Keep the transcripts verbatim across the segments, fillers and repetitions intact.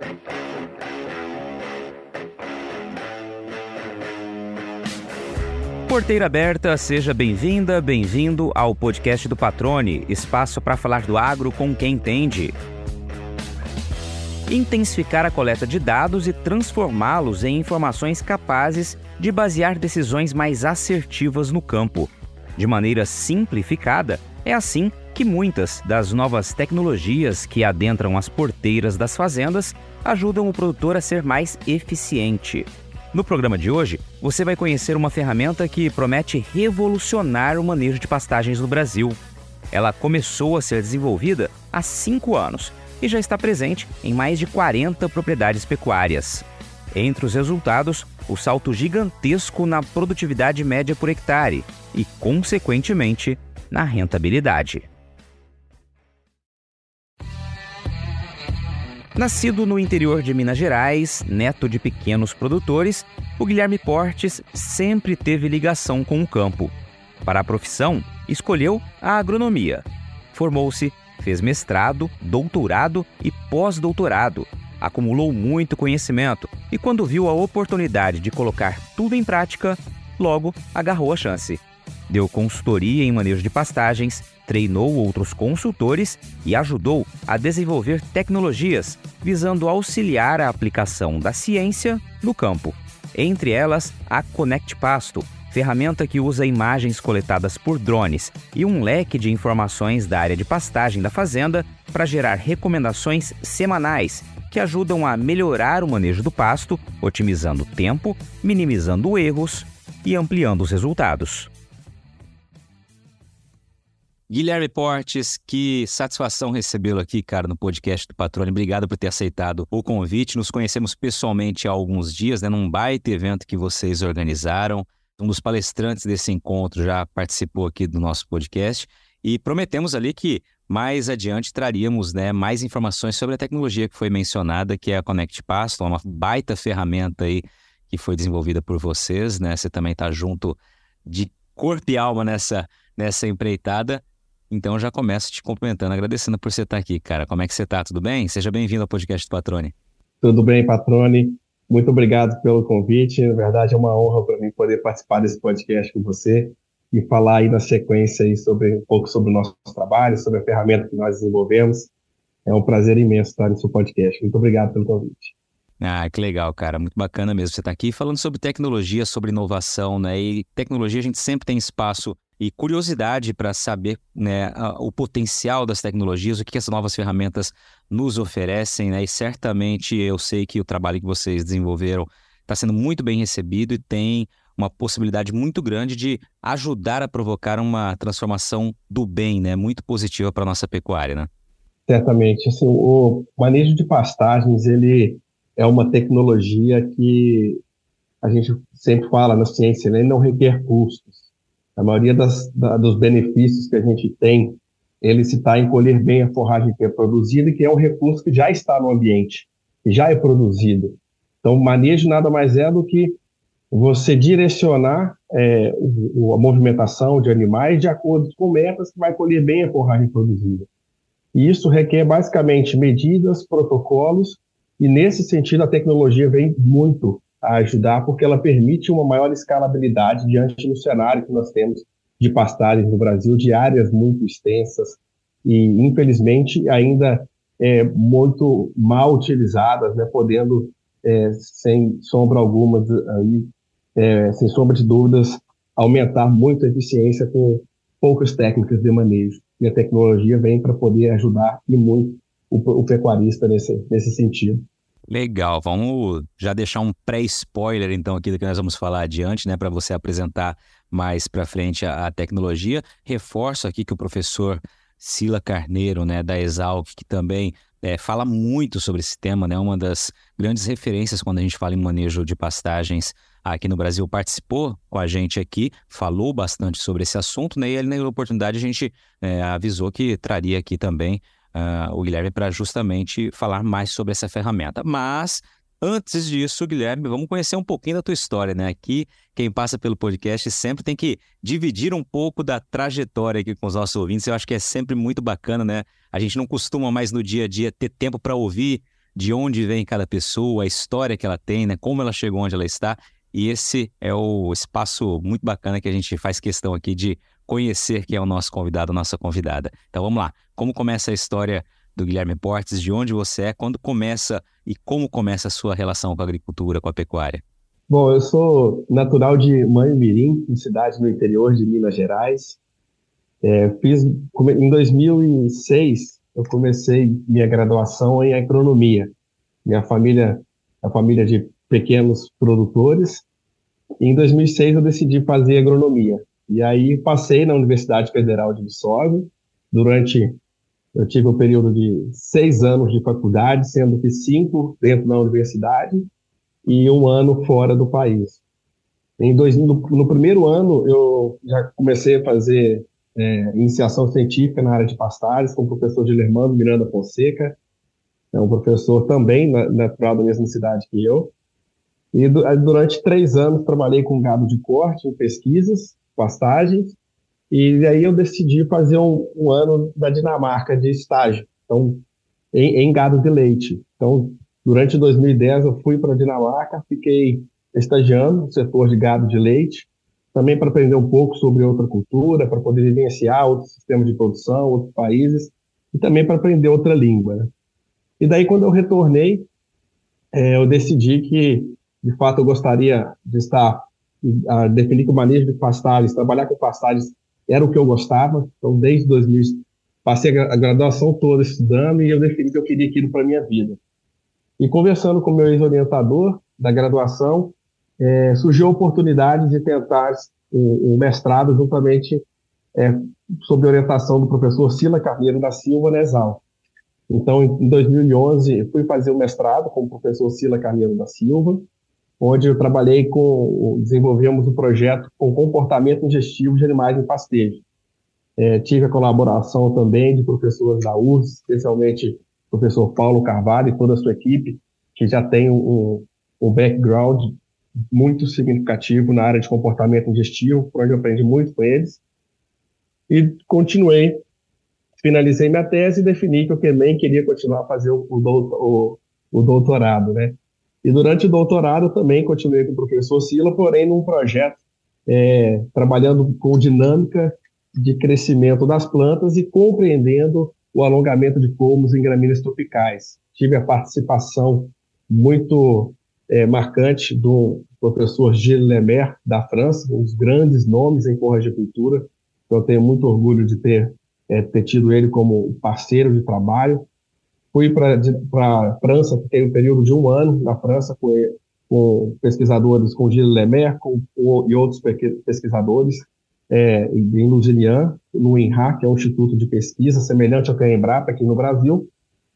Porteira aberta, seja bem-vinda, bem-vindo ao podcast do Patrone, espaço para falar do agro com quem entende. Intensificar a coleta de dados e transformá-los em informações capazes de basear decisões mais assertivas no campo. De maneira simplificada, é assim que muitas das novas tecnologias que adentram as porteiras das fazendas ajudam o produtor a ser mais eficiente. No programa de hoje, você vai conhecer uma ferramenta que promete revolucionar o manejo de pastagens no Brasil. Ela começou a ser desenvolvida há cinco anos e já está presente em mais de quarenta propriedades pecuárias. Entre os resultados, o salto gigantesco na produtividade média por hectare e, consequentemente, na rentabilidade. Nascido no interior de Minas Gerais, neto de pequenos produtores, o Guilherme Portes sempre teve ligação com o campo. Para a profissão, escolheu a agronomia. Formou-se, fez mestrado, doutorado e pós-doutorado. Acumulou muito conhecimento e, quando viu a oportunidade de colocar tudo em prática, logo agarrou a chance. Deu consultoria em manejo de pastagens, treinou outros consultores e ajudou a desenvolver tecnologias visando auxiliar a aplicação da ciência no campo. Entre elas, a Conect Pasto, ferramenta que usa imagens coletadas por drones e um leque de informações da área de pastagem da fazenda para gerar recomendações semanais que ajudam a melhorar o manejo do pasto, otimizando o tempo, minimizando erros e ampliando os resultados. Guilherme Portes, que satisfação recebê-lo aqui, cara, no podcast do Patrone. Obrigado por ter aceitado o convite. Nos conhecemos pessoalmente há alguns dias, né, num baita evento que vocês organizaram. Um dos palestrantes desse encontro já participou aqui do nosso podcast e prometemos ali que mais adiante traríamos, né, mais informações sobre a tecnologia que foi mencionada, que é a Conect Pasto, uma baita ferramenta aí que foi desenvolvida por vocês, né? Você também está junto de corpo e alma nessa, nessa empreitada. Então já começo te cumprimentando, agradecendo por você estar aqui, cara. Como é que você está? Tudo bem? Seja bem-vindo ao podcast do Patrone. Tudo bem, Patrone. Muito obrigado pelo convite. Na verdade, é uma honra para mim poder participar desse podcast com você e falar aí na sequência aí sobre, um pouco sobre o nosso trabalho, sobre a ferramenta que nós desenvolvemos. É um prazer imenso estar no seu podcast. Muito obrigado pelo convite. Ah, que legal, cara. Muito bacana mesmo você estar aqui falando sobre tecnologia, sobre inovação, né? E tecnologia a gente sempre tem espaço e curiosidade para saber, né, o potencial das tecnologias, o que essas novas ferramentas nos oferecem, né? E certamente eu sei que o trabalho que vocês desenvolveram está sendo muito bem recebido e tem uma possibilidade muito grande de ajudar a provocar uma transformação do bem, né? Muito positiva para a nossa pecuária, né? Certamente. Assim, o manejo de pastagens, ele é uma tecnologia que a gente sempre fala na ciência, né? Ele não requer custos. A maioria das, da, dos benefícios que a gente tem, ele se está em colher bem a forragem que é produzida, que é um recurso que já está no ambiente, que já é produzido. Então, o manejo nada mais é do que você direcionar é, o, a movimentação de animais de acordo com metas que vai colher bem a forragem produzida. E isso requer basicamente medidas, protocolos, e nesse sentido a tecnologia vem muito a ajudar, porque ela permite uma maior escalabilidade diante do cenário que nós temos de pastagens no Brasil, de áreas muito extensas e, infelizmente, ainda é, muito mal utilizadas, né, podendo, é, sem sombra alguma, aí, é, sem sombra de dúvidas, aumentar muito a eficiência com poucas técnicas de manejo. E a tecnologia vem para poder ajudar e muito o, o pecuarista nesse, nesse sentido. Legal, vamos já deixar um pré-spoiler então aqui do que nós vamos falar adiante, né, para você apresentar mais para frente a, a tecnologia. Reforço aqui que o professor Sila Carneiro, né, da Exalc, que também é, fala muito sobre esse tema, né, uma das grandes referências quando a gente fala em manejo de pastagens aqui no Brasil, participou com a gente aqui, falou bastante sobre esse assunto, né, e ele, na oportunidade, a gente é, avisou que traria aqui também Uh, o Guilherme para justamente falar mais sobre essa ferramenta. Mas, antes disso, Guilherme, vamos conhecer um pouquinho da tua história, né? Aqui, quem passa pelo podcast sempre tem que dividir um pouco da trajetória aqui com os nossos ouvintes. Eu acho que é sempre muito bacana, né? A gente não costuma mais no dia a dia ter tempo para ouvir de onde vem cada pessoa, a história que ela tem, né? Como ela chegou onde ela está. E esse é o espaço muito bacana que a gente faz questão aqui de conhecer quem é o nosso convidado, a nossa convidada. Então vamos lá, como começa a história do Guilherme Portes, de onde você é, quando começa e como começa a sua relação com a agricultura, com a pecuária? Bom, eu sou natural de Manhumirim, uma cidade no interior de Minas Gerais. É, fiz, em dois mil e seis, eu comecei minha graduação em agronomia. Minha família é a família de pequenos produtores. E em dois mil e seis eu decidi fazer agronomia. E aí passei na Universidade Federal de Viçosa. Durante, eu tive um período de seis anos de faculdade, sendo que cinco dentro da universidade e um ano fora do país. Em dois, no, no primeiro ano, eu já comecei a fazer é, iniciação científica na área de pastagens com o professor Dilermando Miranda Fonseca, é um professor também natural da mesma cidade que eu. E do, durante três anos trabalhei com gado de corte, em pesquisas, pastagens, e aí eu decidi fazer um, um ano da Dinamarca de estágio, então, em, em gado de leite. Então, durante dois mil e dez eu fui para a Dinamarca, fiquei estagiando no setor de gado de leite, também para aprender um pouco sobre outra cultura, para poder vivenciar outros sistemas de produção, outros países, e também para aprender outra língua, né? E daí, quando eu retornei, é, eu decidi que, de fato, eu gostaria de estar, a definir que o manejo de pastagens, trabalhar com pastagens era o que eu gostava. Então, desde dois mil, passei a graduação toda estudando e eu defini que eu queria aquilo para a minha vida. E conversando com o meu ex-orientador da graduação, é, surgiu a oportunidade de tentar um, um mestrado juntamente é, sob orientação do professor Sila Carneiro da Silva, na Exal. Então, em dois mil e onze, fui fazer o mestrado com o professor Sila Carneiro da Silva, onde eu trabalhei com, desenvolvemos um projeto com comportamento ingestivo de animais em pastejo. É, tive a colaboração também de professores da U R S S, especialmente o professor Paulo Carvalho e toda a sua equipe, que já tem um, um background muito significativo na área de comportamento ingestivo, por onde eu aprendi muito com eles. E continuei, finalizei minha tese e defini que eu também queria continuar a fazer o, o, o doutorado, né? E durante o doutorado também continuei com o professor Sila, porém num projeto é, trabalhando com dinâmica de crescimento das plantas e compreendendo o alongamento de colmos em gramíneas tropicais. Tive a participação muito é, marcante do professor Gilles Lemaire, da França, um dos grandes nomes em corragicultura. Eu tenho muito orgulho de ter, é, ter tido ele como parceiro de trabalho. Fui para a França, fiquei um período de um ano na França com, com pesquisadores, com Gilles Lemaire com, com, e outros pesquisadores, é, em Lusignan, no INRA, que é um instituto de pesquisa semelhante ao que é a Embrapa aqui no Brasil,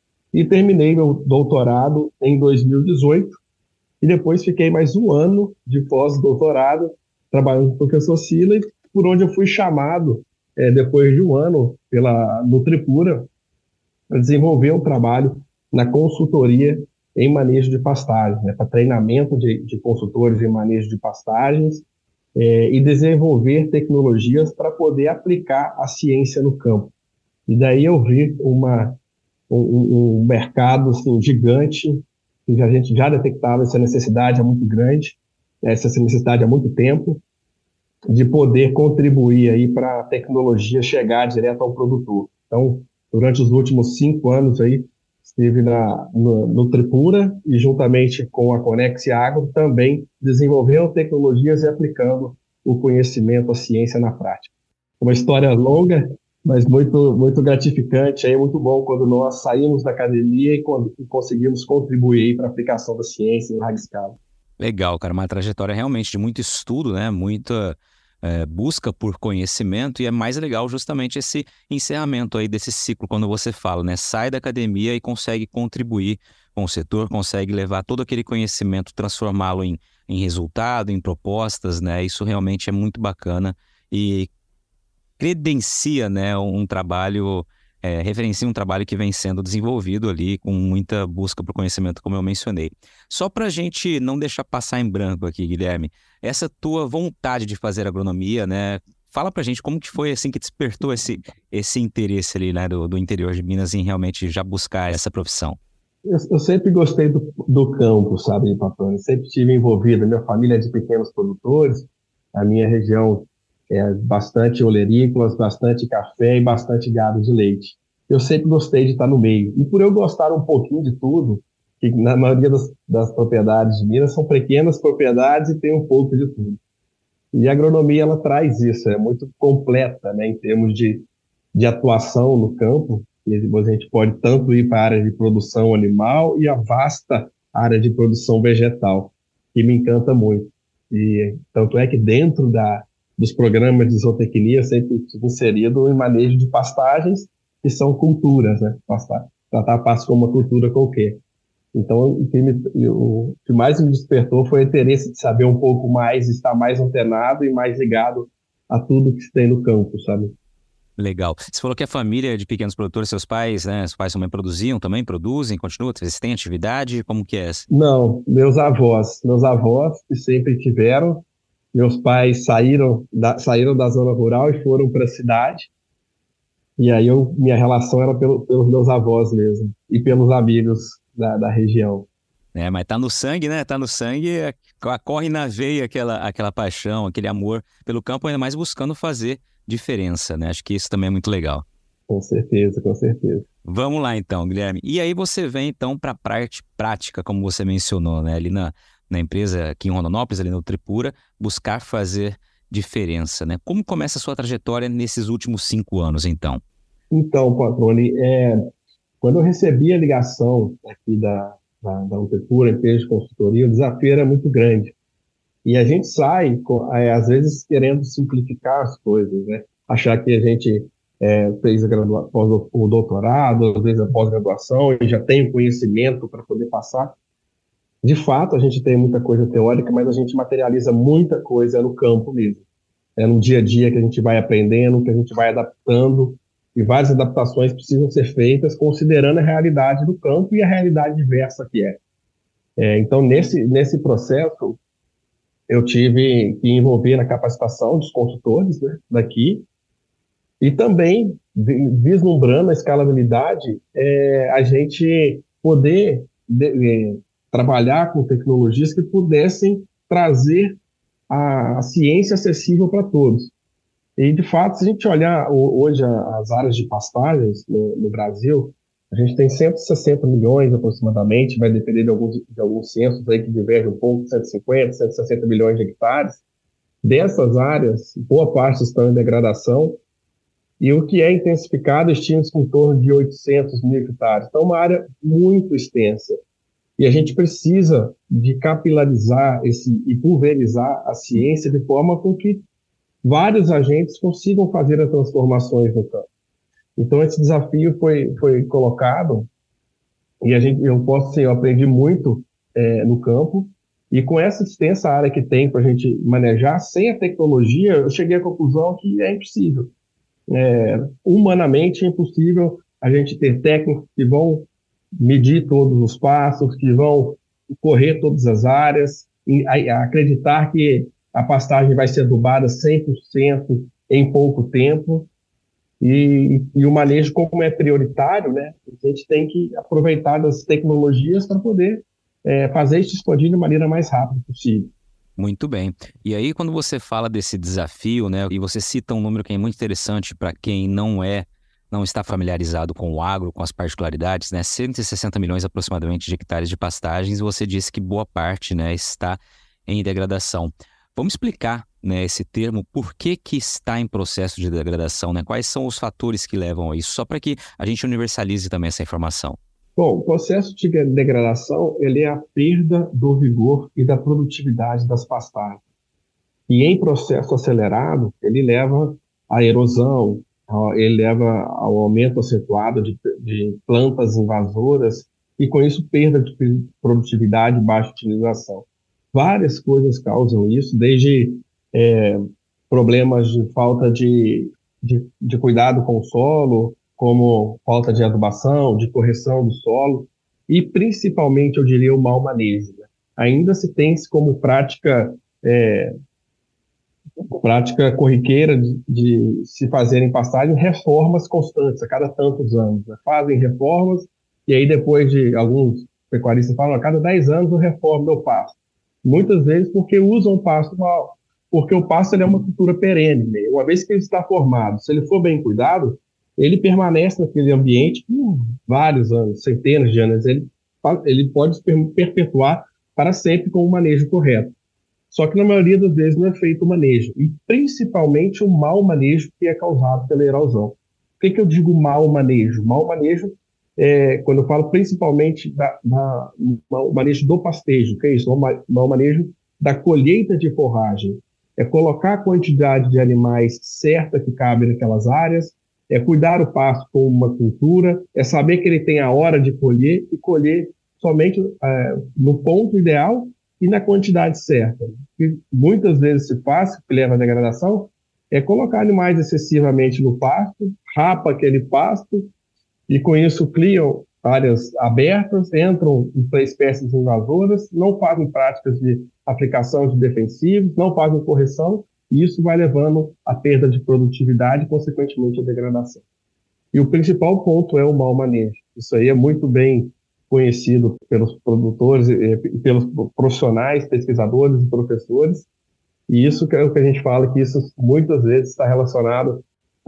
e terminei meu doutorado em dois mil e dezoito, e depois fiquei mais um ano de pós-doutorado trabalhando com o professor Sila, por onde eu fui chamado, é, depois de um ano, pela Nutripura, para desenvolver um trabalho na consultoria em manejo de pastagens, né, para treinamento de, de consultores em manejo de pastagens, é, e desenvolver tecnologias para poder aplicar a ciência no campo. E daí eu vi uma, um, um mercado assim, gigante, que a gente já detectava essa necessidade há muito grande, essa necessidade há muito tempo, de poder contribuir aí para a tecnologia chegar direto ao produtor. Então, durante os últimos cinco anos aí, estive na, no, no Tripura e juntamente com a Conex Agro também desenvolvendo tecnologias e aplicando o conhecimento, a ciência na prática. Uma história longa, mas muito, muito gratificante, é muito bom quando nós saímos da academia e, e conseguimos contribuir para a aplicação da ciência em larga escala. Legal, cara, uma trajetória realmente de muito estudo, né? Muita é, busca por conhecimento, e é mais legal justamente esse encerramento aí desse ciclo, quando você fala, né? Sai da academia e consegue contribuir com o setor, consegue levar todo aquele conhecimento, transformá-lo em, em resultado, em propostas, né? Isso realmente é muito bacana e credencia, né, um trabalho, é, referencia um trabalho que vem sendo desenvolvido ali com muita busca por conhecimento, como eu mencionei. Só para a gente não deixar passar em branco aqui, Guilherme, essa tua vontade de fazer agronomia, né, fala para a gente como que foi assim que despertou esse, esse interesse ali, né, do, do interior de Minas em realmente já buscar essa profissão. Eu, eu sempre gostei do, do campo, sabe, Patrônio? Sempre estive envolvido. Minha família é de pequenos produtores, a minha região é bastante olerícolas, bastante café e bastante gado de leite. Eu sempre gostei de estar no meio. E por eu gostar um pouquinho de tudo, que na maioria das, das propriedades de Minas são pequenas propriedades e tem um pouco de tudo. E a agronomia, ela traz isso, é muito completa, né, em termos de, de atuação no campo. E a gente pode tanto ir para a área de produção animal e a vasta área de produção vegetal, que me encanta muito. E tanto é que dentro da, dos programas de zootecnia sempre estive inserido em manejo de pastagens, que são culturas, né? Pastar, tratar a pasto como uma cultura qualquer. Então, o que, me, o que mais me despertou foi o interesse de saber um pouco mais, estar mais antenado e mais ligado a tudo que se tem no campo, sabe? Legal. Você falou que a família é de pequenos produtores, seus pais, né? Seus pais também produziam, também produzem, continuam, vocês têm atividade? Como que é essa? Não, meus avós, meus avós que sempre tiveram, meus pais saíram da, saíram da zona rural e foram para a cidade, e aí eu, minha relação era pelo, pelos meus avós mesmo, e pelos amigos da, da região. É, mas tá no sangue, né? Tá no sangue, é, corre na veia aquela, aquela paixão, aquele amor pelo campo, ainda mais buscando fazer diferença, né? Acho que isso também é muito legal. Com certeza, com certeza. Vamos lá então, Guilherme. E aí você vem então para a parte prática, como você mencionou, né? Ali na, na empresa aqui em Rondonópolis, ali no Tripura, buscar fazer diferença, né? Como começa a sua trajetória nesses últimos cinco anos, então? Então, Patrone, é, quando eu recebi a ligação aqui da, da, da Utepura, empresa de consultoria, o desafio era muito grande. E a gente sai, com- é, às vezes, querendo simplificar as coisas, né? Achar que a gente é, fez a gradua- pós- o doutorado, às vezes a pós-graduação, e já tem o conhecimento para poder passar. De fato, a gente tem muita coisa teórica, mas a gente materializa muita coisa no campo mesmo. É no dia a dia que a gente vai aprendendo, que a gente vai adaptando, e várias adaptações precisam ser feitas considerando a realidade do campo e a realidade diversa que é. É, então, nesse, nesse processo, eu tive que envolver na capacitação dos consultores, né, daqui, e também vi- vislumbrando a escalabilidade, é, a gente poder de- é, trabalhar com tecnologias que pudessem trazer a, a ciência acessível para todos. E, de fato, se a gente olhar o- hoje a- as áreas de pastagens no, no Brasil, a gente tem cento e sessenta milhões aproximadamente, vai depender de alguns, de alguns censos aí que divergem um pouco, cento e cinquenta, cento e sessenta milhões de hectares. Dessas áreas, boa parte estão em degradação, e o que é intensificado estima-se em torno de oitocentos mil hectares. Então, é uma área muito extensa. E a gente precisa de capilarizar esse, e pulverizar a ciência de forma com que vários agentes consigam fazer as transformações no campo. Então, esse desafio foi, foi colocado, e a gente, eu posso dizer, eu aprendi muito é, no campo, e com essa extensa área que tem para a gente manejar, sem a tecnologia, eu cheguei à conclusão que é impossível. É, humanamente é impossível a gente ter técnicos que vão medir todos os passos, que vão correr todas as áreas, e a, a acreditar que a pastagem vai ser adubada cem por cento em pouco tempo, e, e o manejo, como é prioritário, né, a gente tem que aproveitar das tecnologias para poder é, fazer isso expandir de maneira mais rápida possível. Muito bem. E aí, quando você fala desse desafio, né, e você cita um número que é muito interessante para quem não é, não está familiarizado com o agro, com as particularidades, né, cento e sessenta milhões aproximadamente de hectares de pastagens, e você disse que boa parte, né, está em degradação. Vamos explicar, né, esse termo, por que que está em processo de degradação, né? Quais são os fatores que levam a isso, só para que a gente universalize também essa informação. Bom, o processo de degradação, ele é a perda do vigor e da produtividade das pastagens. E em processo acelerado, ele leva à erosão, ele leva ao aumento acentuado de, de plantas invasoras e, com isso, perda de produtividade e baixa utilização. Várias coisas causam isso, desde é, problemas de falta de, de, de cuidado com o solo, como falta de adubação, de correção do solo, e principalmente, eu diria, o mau manejo, né? Ainda se tem como prática, é, prática corriqueira de, de se fazerem pastagem reformas constantes, a cada tantos anos, né? Fazem reformas que aí depois de alguns pecuaristas falam, a cada dez anos eu reformo meu pasto. Muitas vezes porque usam o pasto mal, porque o pasto ele é uma cultura perene, né? Uma vez que ele está formado, se ele for bem cuidado, ele permanece naquele ambiente por vários anos, centenas de anos, ele, ele pode se perpetuar para sempre com o manejo correto. Só que na maioria das vezes não é feito o manejo, e principalmente o mau manejo que é causado pela erosão. Por que, que eu digo mau manejo? Mau manejo, é, quando eu falo principalmente da, da, mau manejo do pastejo, que é isso? Mau manejo da colheita de forragem. É colocar a quantidade de animais certa que cabe naquelas áreas, é cuidar o pasto como uma cultura, é saber que ele tem a hora de colher e colher somente é, no ponto ideal e na quantidade certa. O que muitas vezes se faz, que leva à degradação, é colocar animais excessivamente no pasto, rapa aquele pasto, e com isso criam áreas abertas, entram para espécies invasoras, não fazem práticas de aplicação de defensivos, não fazem correção, e isso vai levando à perda de produtividade e, consequentemente, à degradação. E o principal ponto é o mau manejo. Isso aí é muito bem conhecido pelos produtores, pelos profissionais, pesquisadores e professores, e isso que é o que a gente fala, que isso muitas vezes está relacionado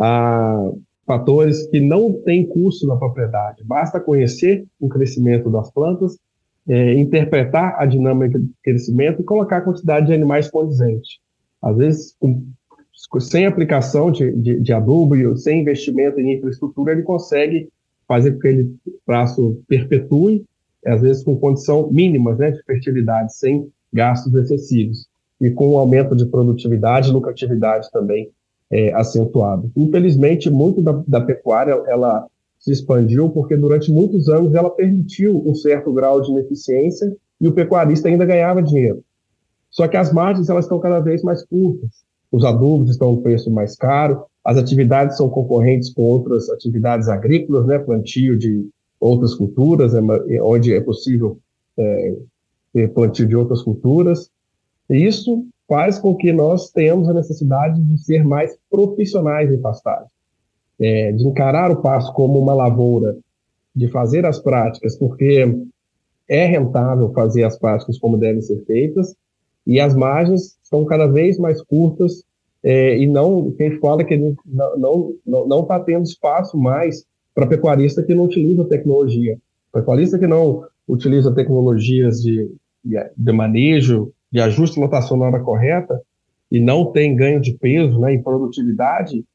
a fatores que não têm custo na propriedade. Basta conhecer o crescimento das plantas, é, interpretar a dinâmica de crescimento e colocar a quantidade de animais condizente. Às vezes, com, sem aplicação de, de, de adubo e sem investimento em infraestrutura, ele consegue fazer com que ele traço perpetue, às vezes com condição mínima, né, de fertilidade, sem gastos excessivos. E com um aumento de produtividade e lucratividade também é, acentuado. Infelizmente, muito da, da pecuária ela se expandiu porque durante muitos anos ela permitiu um certo grau de ineficiência e o pecuarista ainda ganhava dinheiro. Só que as margens elas estão cada vez mais curtas, os adubos estão a um preço mais caro, as atividades são concorrentes com outras atividades agrícolas, né, plantio de outras culturas, é, onde é possível é, ter plantio de outras culturas. E isso faz com que nós tenhamos a necessidade de ser mais profissionais em pastagem, é, de encarar o pasto como uma lavoura, de fazer as práticas, porque é rentável fazer as práticas como devem ser feitas, e as margens estão cada vez mais curtas, é, e não, quem fala que não não não não está tendo espaço mais para pecuarista que não utiliza tecnologia, pecuarista que não utiliza tecnologias de, de manejo, de ajuste de lotação na hora correta, e não tem ganho de peso, né, em produtividade,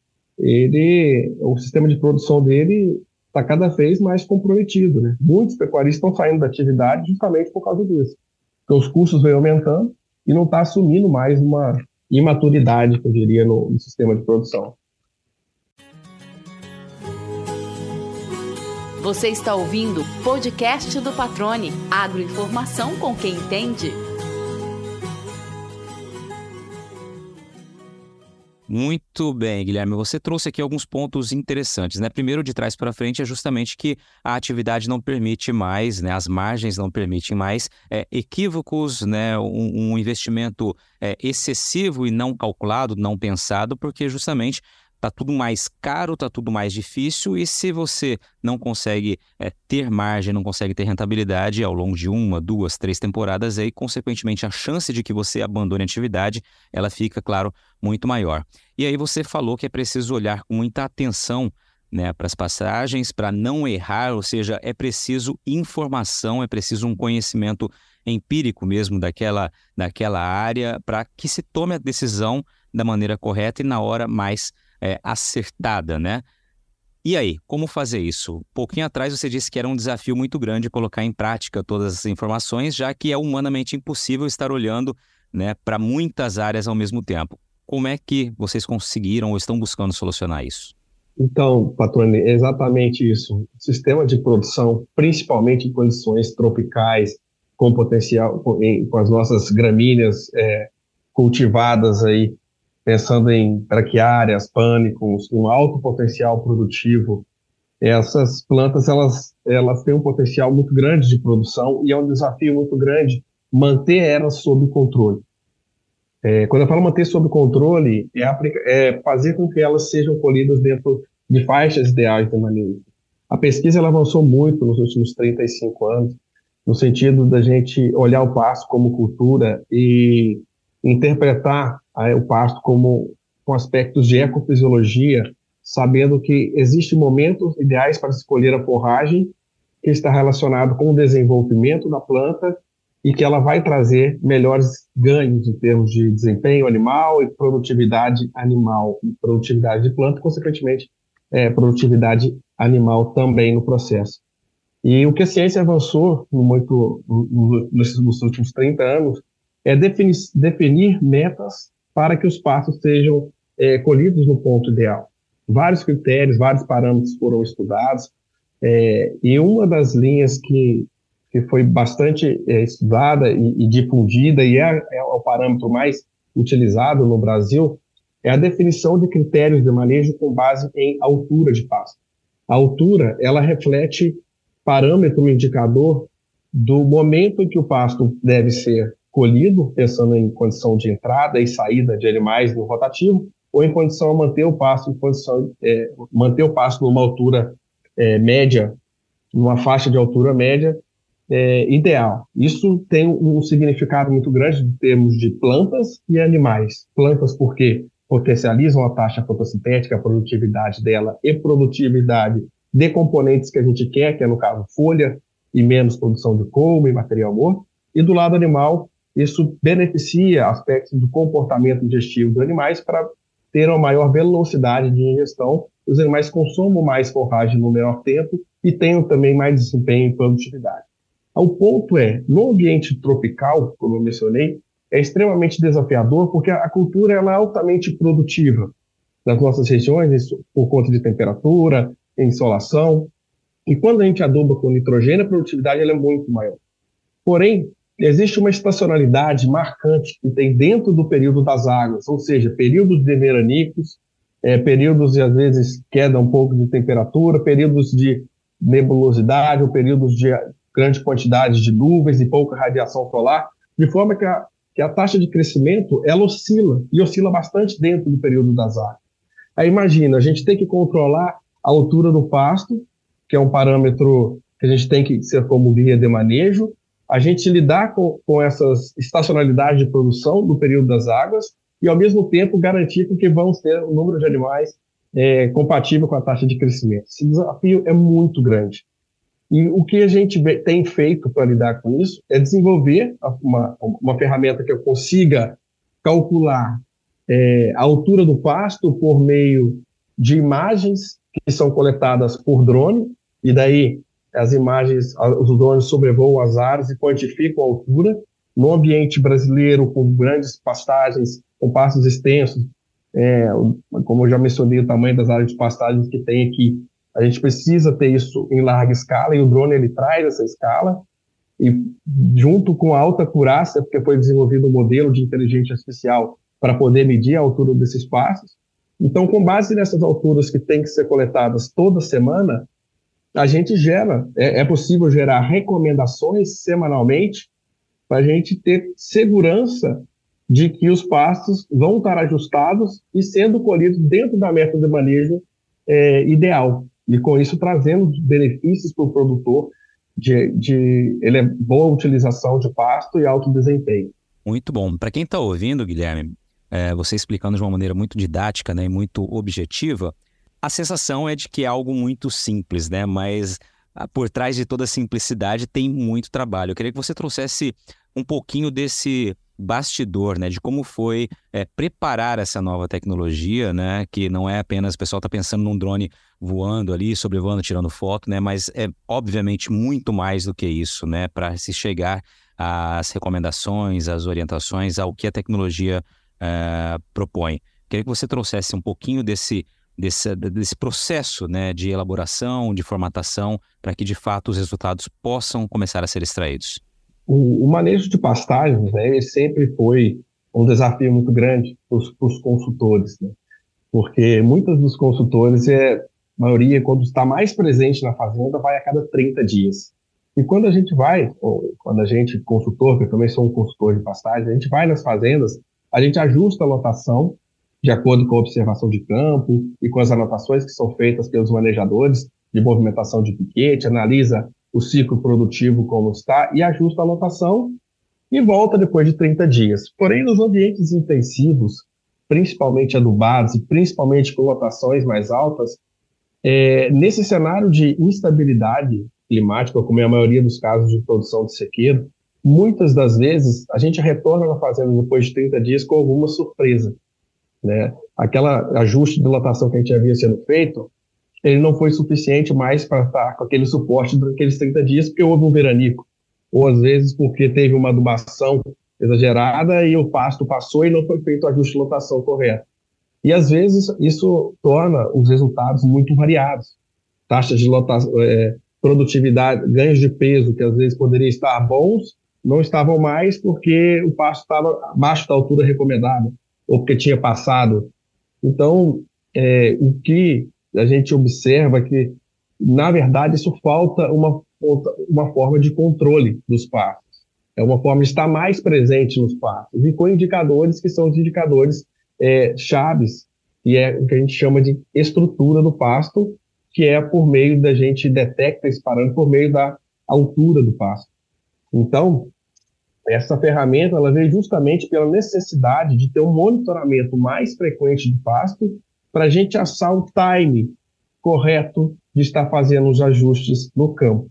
ele, o sistema de produção dele está cada vez mais comprometido, né? Muitos pecuaristas estão saindo da atividade justamente por causa disso, porque os custos vêm aumentando e não está assumindo mais uma imaturidade, que eu diria, no, no sistema de produção. Você está ouvindo o podcast do Patrone, agroinformação com quem entende. Muito bem, Guilherme. Você trouxe aqui alguns pontos interessantes, né? Primeiro, de trás para frente, é justamente que a atividade não permite mais, né? As margens não permitem mais é, equívocos, né? Um, um investimento é, excessivo e não calculado, não pensado, porque justamente está tudo mais caro, está tudo mais difícil, e se você não consegue é, ter margem, não consegue ter rentabilidade ao longo de uma, duas, três temporadas, aí, consequentemente, a chance de que você abandone a atividade, ela fica, claro, muito maior. E aí você falou que é preciso olhar com muita atenção, né, para as passagens, para não errar, ou seja, é preciso informação, é preciso um conhecimento empírico mesmo daquela, daquela área, para que se tome a decisão da maneira correta e na hora mais É, acertada, né? E aí, como fazer isso? Um pouquinho atrás você disse que era um desafio muito grande colocar em prática todas as informações, já que é humanamente impossível estar olhando, né, para muitas áreas ao mesmo tempo. Como é que vocês conseguiram ou estão buscando solucionar isso? Então, Patrone, é exatamente isso. O sistema de produção, principalmente em condições tropicais, com potencial, com, em, com as nossas gramíneas é, cultivadas aí, pensando em braquiárias, pânicos, um alto potencial produtivo, essas plantas elas, elas têm um potencial muito grande de produção e é um desafio muito grande manter elas sob controle. É, quando eu falo manter sob controle, é, aplica, é fazer com que elas sejam colhidas dentro de faixas ideais de manejo. A pesquisa ela avançou muito nos últimos trinta e cinco anos, no sentido da gente olhar o pasto como cultura e interpretar a, o pasto como com aspectos de ecofisiologia, sabendo que existem momentos ideais para escolher a forragem que está relacionado com o desenvolvimento da planta e que ela vai trazer melhores ganhos em termos de desempenho animal e produtividade animal, produtividade de planta, consequentemente, é, produtividade animal também no processo. E o que a ciência avançou muito nos, nos últimos trinta anos é definir, definir metas para que os pastos sejam é, colhidos no ponto ideal. Vários critérios, vários parâmetros foram estudados, é, e uma das linhas que, que foi bastante é, estudada e, e difundida, e é, é o parâmetro mais utilizado no Brasil, é a definição de critérios de manejo com base em altura de pasto. A altura, ela reflete parâmetro, um indicador do momento em que o pasto deve ser colhido, pensando em condição de entrada e saída de animais no rotativo, ou em condição a manter o pasto, em condição, é, manter o pasto numa altura é, média, numa faixa de altura média é, ideal. Isso tem um significado muito grande em termos de plantas e animais. Plantas porque potencializam a taxa fotossintética, a produtividade dela e produtividade de componentes que a gente quer, que é, no caso, folha e menos produção de couro e material morto. E do lado animal, isso beneficia aspectos do comportamento digestivo dos animais para ter uma maior velocidade de ingestão, os animais consumam mais forragem no menor tempo e tenham também mais desempenho e produtividade. O ponto é, no ambiente tropical, como eu mencionei, é extremamente desafiador porque a cultura ela é altamente produtiva nas nossas regiões, por conta de temperatura, insolação, e quando a gente aduba com nitrogênio, a produtividade ela é muito maior. Porém, existe uma estacionalidade marcante que tem dentro do período das águas, ou seja, períodos de veranicos, é, períodos de, às vezes, queda um pouco de temperatura, períodos de nebulosidade, ou períodos de grande quantidade de nuvens e pouca radiação solar, de forma que a, que a taxa de crescimento, ela oscila, e oscila bastante dentro do período das águas. Aí imagina, a gente tem que controlar a altura do pasto, que é um parâmetro que a gente tem que ser como guia de manejo, a gente lidar com, com essas estacionalidades de produção do período das águas e, ao mesmo tempo, garantir que vamos ter um número de animais é, compatível com a taxa de crescimento. Esse desafio é muito grande. E o que a gente tem feito para lidar com isso é desenvolver uma, uma ferramenta que eu consiga calcular é, a altura do pasto por meio de imagens que são coletadas por drone, e daí as imagens, os drones sobrevoam as áreas e quantificam a altura. No ambiente brasileiro, com grandes pastagens, com pastos extensos, é, como eu já mencionei, o tamanho das áreas de pastagens que tem aqui, a gente precisa ter isso em larga escala, e o drone ele traz essa escala, e junto com a alta acurácia, porque foi desenvolvido um modelo de inteligência artificial para poder medir a altura desses pastos. Então, com base nessas alturas que têm que ser coletadas toda semana, a gente gera, é, é possível gerar recomendações semanalmente para a gente ter segurança de que os pastos vão estar ajustados e sendo colhidos dentro da meta de manejo é, ideal. E com isso trazendo benefícios para o produtor de, de ele é boa utilização de pasto e alto desempenho. Muito bom. Para quem está ouvindo, Guilherme, é, você explicando de uma maneira muito didática, né, e muito objetiva, a sensação é de que é algo muito simples, né? Mas ah, por trás de toda a simplicidade tem muito trabalho. Eu queria que você trouxesse um pouquinho desse bastidor, né? De como foi é, preparar essa nova tecnologia, né? Que não é apenas o pessoal está pensando num drone voando ali, sobrevoando, tirando foto, né? Mas é obviamente muito mais do que isso, né? Para se chegar às recomendações, às orientações, ao que a tecnologia é, propõe. Queria que você trouxesse um pouquinho desse Desse, desse processo, né, de elaboração, de formatação, para que de fato os resultados possam começar a ser extraídos. O, o manejo de pastagens, né, ele sempre foi um desafio muito grande para os consultores, né, porque muitos dos consultores, é, a maioria, quando está mais presente na fazenda, vai a cada trinta dias. E quando a gente vai, ou, quando a gente, consultor, que eu também sou um consultor de pastagens, a gente vai nas fazendas, a gente ajusta a lotação de acordo com a observação de campo e com as anotações que são feitas pelos manejadores, de movimentação de piquete, analisa o ciclo produtivo como está e ajusta a lotação e volta depois de trinta dias. Porém, nos ambientes intensivos, principalmente adubados e principalmente com lotações mais altas, é, nesse cenário de instabilidade climática, como é a maioria dos casos de produção de sequeiro, muitas das vezes a gente retorna na fazenda depois de trinta dias com alguma surpresa, né? Aquela ajuste de lotação que a gente havia sendo feito, ele não foi suficiente mais para estar com aquele suporte daqueles trinta dias, porque houve um veranico, ou às vezes porque teve uma adubação exagerada e o pasto passou e não foi feito o ajuste de lotação correto. E às vezes isso torna os resultados muito variados. Taxas de lotação, é, produtividade, ganhos de peso, que às vezes poderiam estar bons, não estavam mais porque o pasto estava abaixo da altura recomendada, ou porque tinha passado. Então, é, o que a gente observa é que, na verdade, isso falta uma, uma forma de controle dos pastos. É uma forma de estar mais presente nos pastos, e com indicadores que são os indicadores é, chaves, e é o que a gente chama de estrutura do pasto, que é por meio da gente detecta esse parâmetro por meio da altura do pasto. Então, essa ferramenta ela veio justamente pela necessidade de ter um monitoramento mais frequente do pasto para a gente achar o time correto de estar fazendo os ajustes no campo.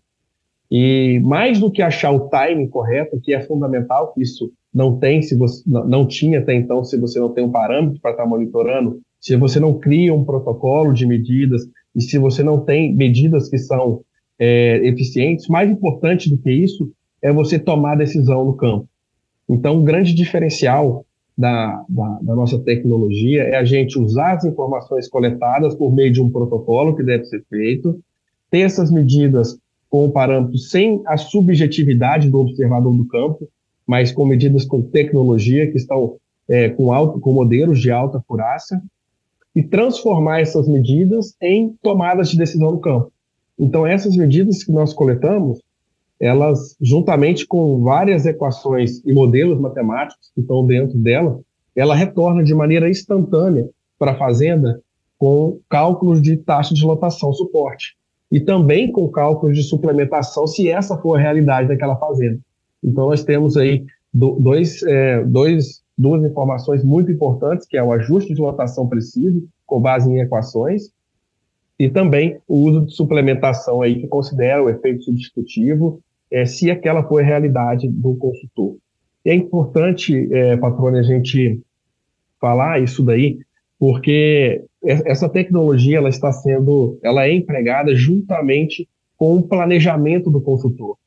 E mais do que achar o time correto, que é fundamental, que isso não tem, se você não tinha até então, se você não tem um parâmetro para estar monitorando, se você não cria um protocolo de medidas e se você não tem medidas que são é, eficientes, mais importante do que isso é você tomar decisão no campo. Então, o grande diferencial da, da, da nossa tecnologia é a gente usar as informações coletadas por meio de um protocolo que deve ser feito, ter essas medidas com parâmetros sem a subjetividade do observador do campo, mas com medidas com tecnologia que estão é, com, alto, com modelos de alta acurácia, e transformar essas medidas em tomadas de decisão no campo. Então, essas medidas que nós coletamos, elas, juntamente com várias equações e modelos matemáticos que estão dentro dela, ela retorna de maneira instantânea para a fazenda com cálculos de taxa de lotação suporte e também com cálculos de suplementação, se essa for a realidade daquela fazenda. Então, nós temos aí dois, é, dois, duas informações muito importantes, que é o ajuste de lotação preciso, com base em equações, e também o uso de suplementação aí, que considera o efeito substitutivo, é, se aquela for a realidade do consultor. E é importante, é, Patrone, a gente falar isso daí, porque essa tecnologia ela está sendo, ela é empregada juntamente com o planejamento do consultor.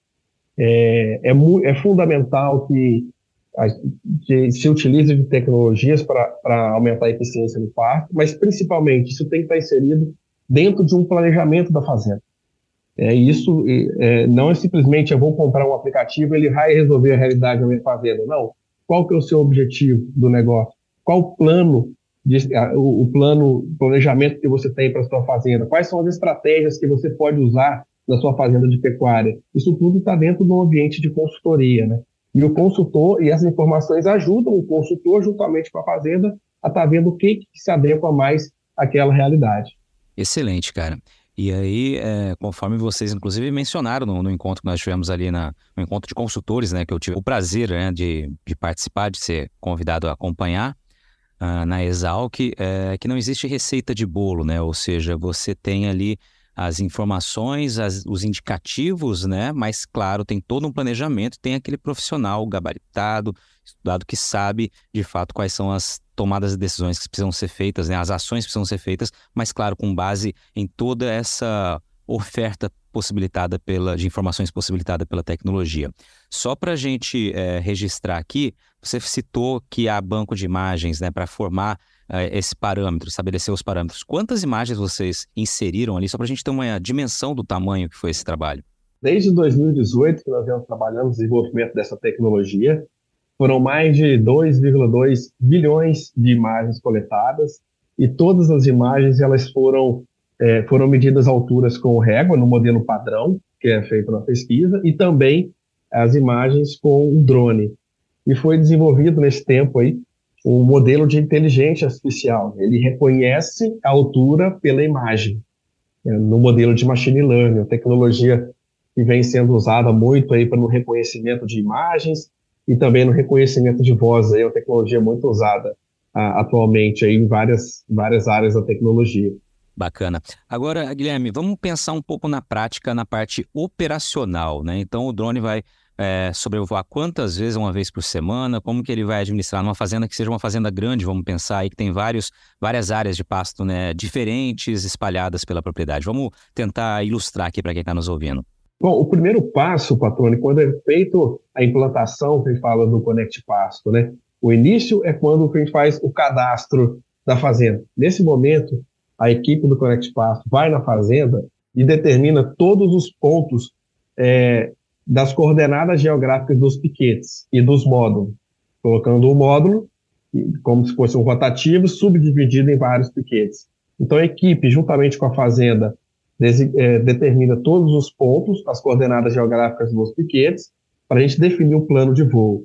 É, é, é fundamental que, a, que se utilize de tecnologias para aumentar a eficiência no parque, mas principalmente isso tem que estar inserido dentro de um planejamento da fazenda. É, isso é, não é simplesmente eu vou comprar um aplicativo e ele vai resolver a realidade da minha fazenda. Não. Qual que é o seu objetivo do negócio? Qual o plano, de, o, o plano, planejamento que você tem para a sua fazenda? Quais são as estratégias que você pode usar na sua fazenda de pecuária? Isso tudo está dentro de um ambiente de consultoria, né? E o consultor, e essas informações ajudam o consultor, juntamente com a fazenda, a estar tá vendo o que, que se adequa mais àquela realidade. Excelente, cara. E aí, é, conforme vocês, inclusive, mencionaram no, no encontro que nós tivemos ali, na, no encontro de consultores, né, que eu tive o prazer, né, de, de participar, de ser convidado a acompanhar uh, na Exalc, é, que não existe receita de bolo, né? Ou seja, você tem ali as informações, as, os indicativos, né? Mas, claro, tem todo um planejamento, tem aquele profissional gabaritado, estudado, que sabe, de fato, quais são as tomadas de decisões que precisam ser feitas, né? As ações que precisam ser feitas, mas, claro, com base em toda essa oferta possibilitada pela, de informações possibilitada pela tecnologia. Só para a gente é, registrar aqui, você citou que há banco de imagens, né, para formar é, esse parâmetro, estabelecer os parâmetros. Quantas imagens vocês inseriram ali, só para a gente ter uma dimensão do tamanho que foi esse trabalho? Desde dois mil e dezoito que nós estamos trabalhando no desenvolvimento dessa tecnologia, foram mais de dois vírgula dois bilhões de imagens coletadas, e todas as imagens elas foram, é, foram medidas alturas com régua, no modelo padrão, que é feito na pesquisa, e também as imagens com o drone. E foi desenvolvido nesse tempo aí um modelo de inteligência artificial. Ele reconhece a altura pela imagem. é, no modelo de machine learning, a tecnologia que vem sendo usada muito aí para no reconhecimento de imagens e também no reconhecimento de voz, aí é uma tecnologia muito usada a, atualmente aí em várias, várias áreas da tecnologia. Bacana. Agora, Guilherme, vamos pensar um pouco na prática, na parte operacional, né? Então, o drone vai é, sobrevoar quantas vezes, uma vez por semana? Como que ele vai administrar numa fazenda que seja uma fazenda grande, vamos pensar aí, que tem vários, várias áreas de pasto, né, diferentes, espalhadas pela propriedade. Vamos tentar ilustrar aqui para quem está nos ouvindo. Bom, o primeiro passo, Patrone, quando é feito a implantação, que a gente fala do Conect Pasto, né? O início é quando a gente faz o cadastro da fazenda. Nesse momento, a equipe do Conect Pasto vai na fazenda e determina todos os pontos é, das coordenadas geográficas dos piquetes e dos módulos, colocando o módulo como se fosse um rotativo subdividido em vários piquetes. Então, a equipe, juntamente com a fazenda, determina todos os pontos, as coordenadas geográficas dos piquetes, para a gente definir o plano de voo.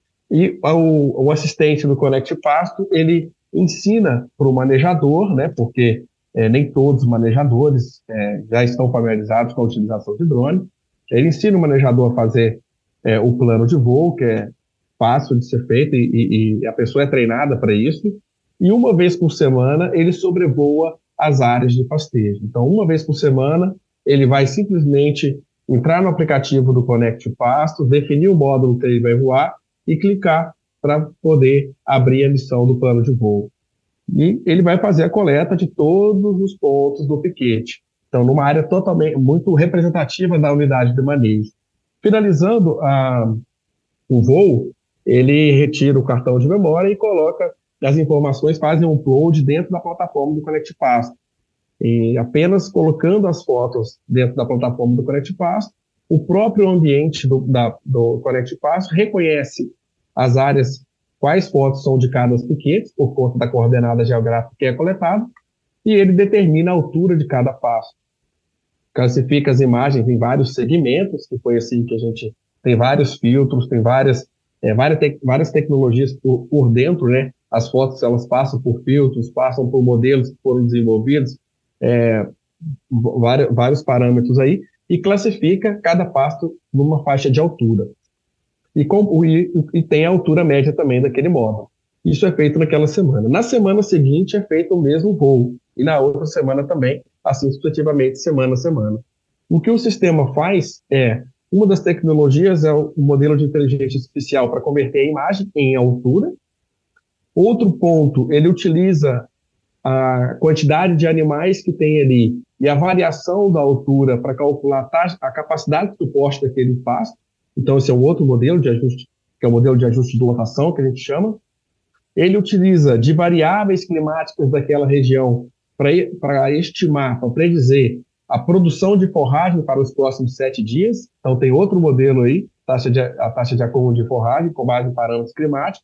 E o, o assistente do Conect Pasto, ele ensina para o manejador, né, porque é, nem todos os manejadores é, já estão familiarizados com a utilização de drone, ele ensina o manejador a fazer é, o plano de voo, que é fácil de ser feito, e, e a pessoa é treinada para isso, e uma vez por semana ele sobrevoa as áreas de pastejo. Então, uma vez por semana, ele vai simplesmente entrar no aplicativo do Conect Pasto, definir o módulo que ele vai voar e clicar para poder abrir a missão do plano de voo. E ele vai fazer a coleta de todos os pontos do piquete. Então, numa área totalmente, muito representativa da unidade de manejo. Finalizando a, o voo, ele retira o cartão de memória e coloca as informações, fazem um upload dentro da plataforma do Conect Pasto. E apenas colocando as fotos dentro da plataforma do Conect Pasto, o próprio ambiente do, da, do Conect Pasto reconhece as áreas, quais fotos são de cada piquete, por conta da coordenada geográfica que é coletada, e ele determina a altura de cada pasto. Classifica as imagens em vários segmentos, que foi assim que a gente tem vários filtros, tem várias, é, várias, te, várias tecnologias por, por dentro, né? As fotos, elas passam por filtros, passam por modelos que foram desenvolvidos, é, vários, vários parâmetros aí, e classifica cada pasto numa faixa de altura. E, com, e, e tem a altura média também daquele módulo. Isso é feito naquela semana. Na semana seguinte é feito o mesmo voo, e na outra semana também, assim sucessivamente, semana a semana. O que o sistema faz é, uma das tecnologias é o modelo de inteligência artificial para converter a imagem em altura. Outro ponto, ele utiliza a quantidade de animais que tem ali e a variação da altura para calcular a, taxa, a capacidade de suporte daquele pasto. Então, esse é um outro modelo de ajuste, que é o modelo de ajuste de lotação, que a gente chama. Ele utiliza de variáveis climáticas daquela região para estimar, para predizer a produção de forragem para os próximos sete dias. Então, tem outro modelo aí, taxa de, a taxa de acúmulo de forragem com base em parâmetros climáticos.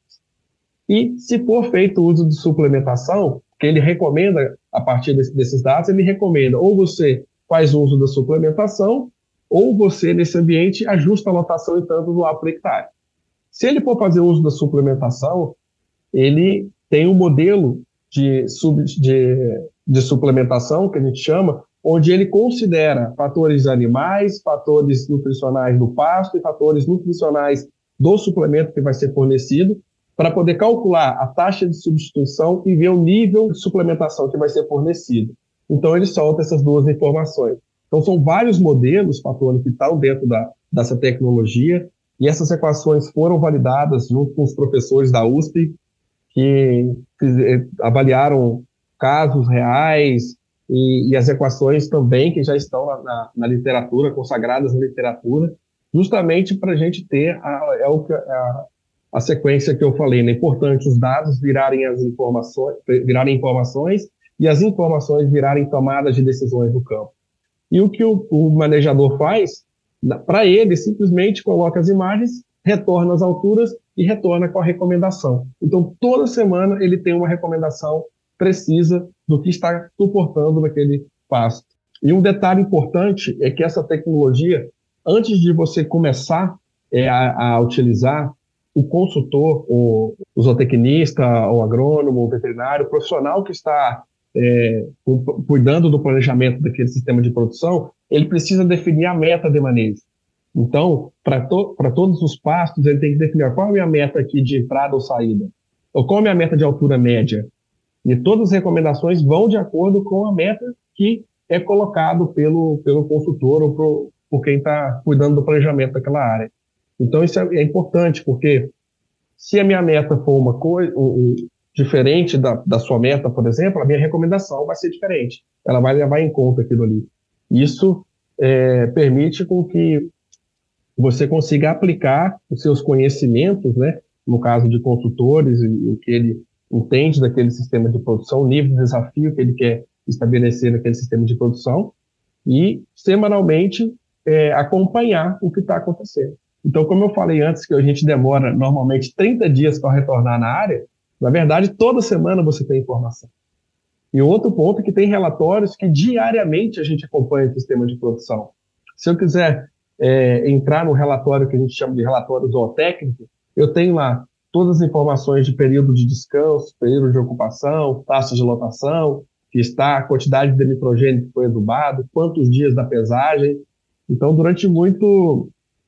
E, se for feito o uso de suplementação, que ele recomenda, a partir desse, desses dados, ele recomenda ou você faz uso da suplementação, ou você, nesse ambiente, ajusta a lotação em tanto do ar por hectare. Se ele for fazer uso da suplementação, ele tem um modelo de, sub, de, de suplementação, que a gente chama, onde ele considera fatores animais, fatores nutricionais do pasto e fatores nutricionais do suplemento que vai ser fornecido, para poder calcular a taxa de substituição e ver o nível de suplementação que vai ser fornecido. Então, ele solta essas duas informações. Então, são vários modelos, Patrone, que estão dentro da, dessa tecnologia, e essas equações foram validadas junto com os professores da U S P, que fiz, avaliaram casos reais, e, e as equações também que já estão na, na, na literatura, consagradas na literatura, justamente para a gente ter a, é o, a, a sequência que eu falei, né? É importante os dados virarem as informações, virarem informações e as informações virarem tomadas de decisões no campo. E o que o, o manejador faz, para ele, simplesmente coloca as imagens, retorna as alturas e retorna com a recomendação. Então, toda semana ele tem uma recomendação precisa do que está suportando naquele pasto. E um detalhe importante é que essa tecnologia, antes de você começar é, a, a utilizar, o consultor, o, o zootecnista, o agrônomo, o veterinário, o profissional que está é, cuidando do planejamento daquele sistema de produção, ele precisa definir a meta de manejo. Então, para to, para todos os pastos, ele tem que definir qual é a minha meta aqui de entrada ou saída, ou qual é a minha meta de altura média. E todas as recomendações vão de acordo com a meta que é colocado pelo, pelo consultor ou pro, por quem está cuidando do planejamento daquela área. Então, isso é, é importante, porque se a minha meta for uma coisa um, um, diferente da, da sua meta, por exemplo, a minha recomendação vai ser diferente. Ela vai levar em conta aquilo ali. Isso é, permite com que você consiga aplicar os seus conhecimentos, né, no caso de consultores, o que ele entende daquele sistema de produção, o nível de desafio que ele quer estabelecer naquele sistema de produção, e semanalmente é, acompanhar o que está acontecendo. Então, como eu falei antes, que a gente demora normalmente trinta dias para retornar na área, na verdade, toda semana você tem informação. E outro ponto é que tem relatórios que diariamente a gente acompanha o sistema de produção. Se eu quiser é, entrar no relatório que a gente chama de relatório zootécnico, eu tenho lá todas as informações de período de descanso, período de ocupação, taxa de lotação, que está, a quantidade de nitrogênio que foi adubado, quantos dias da pesagem. Então, durante muito...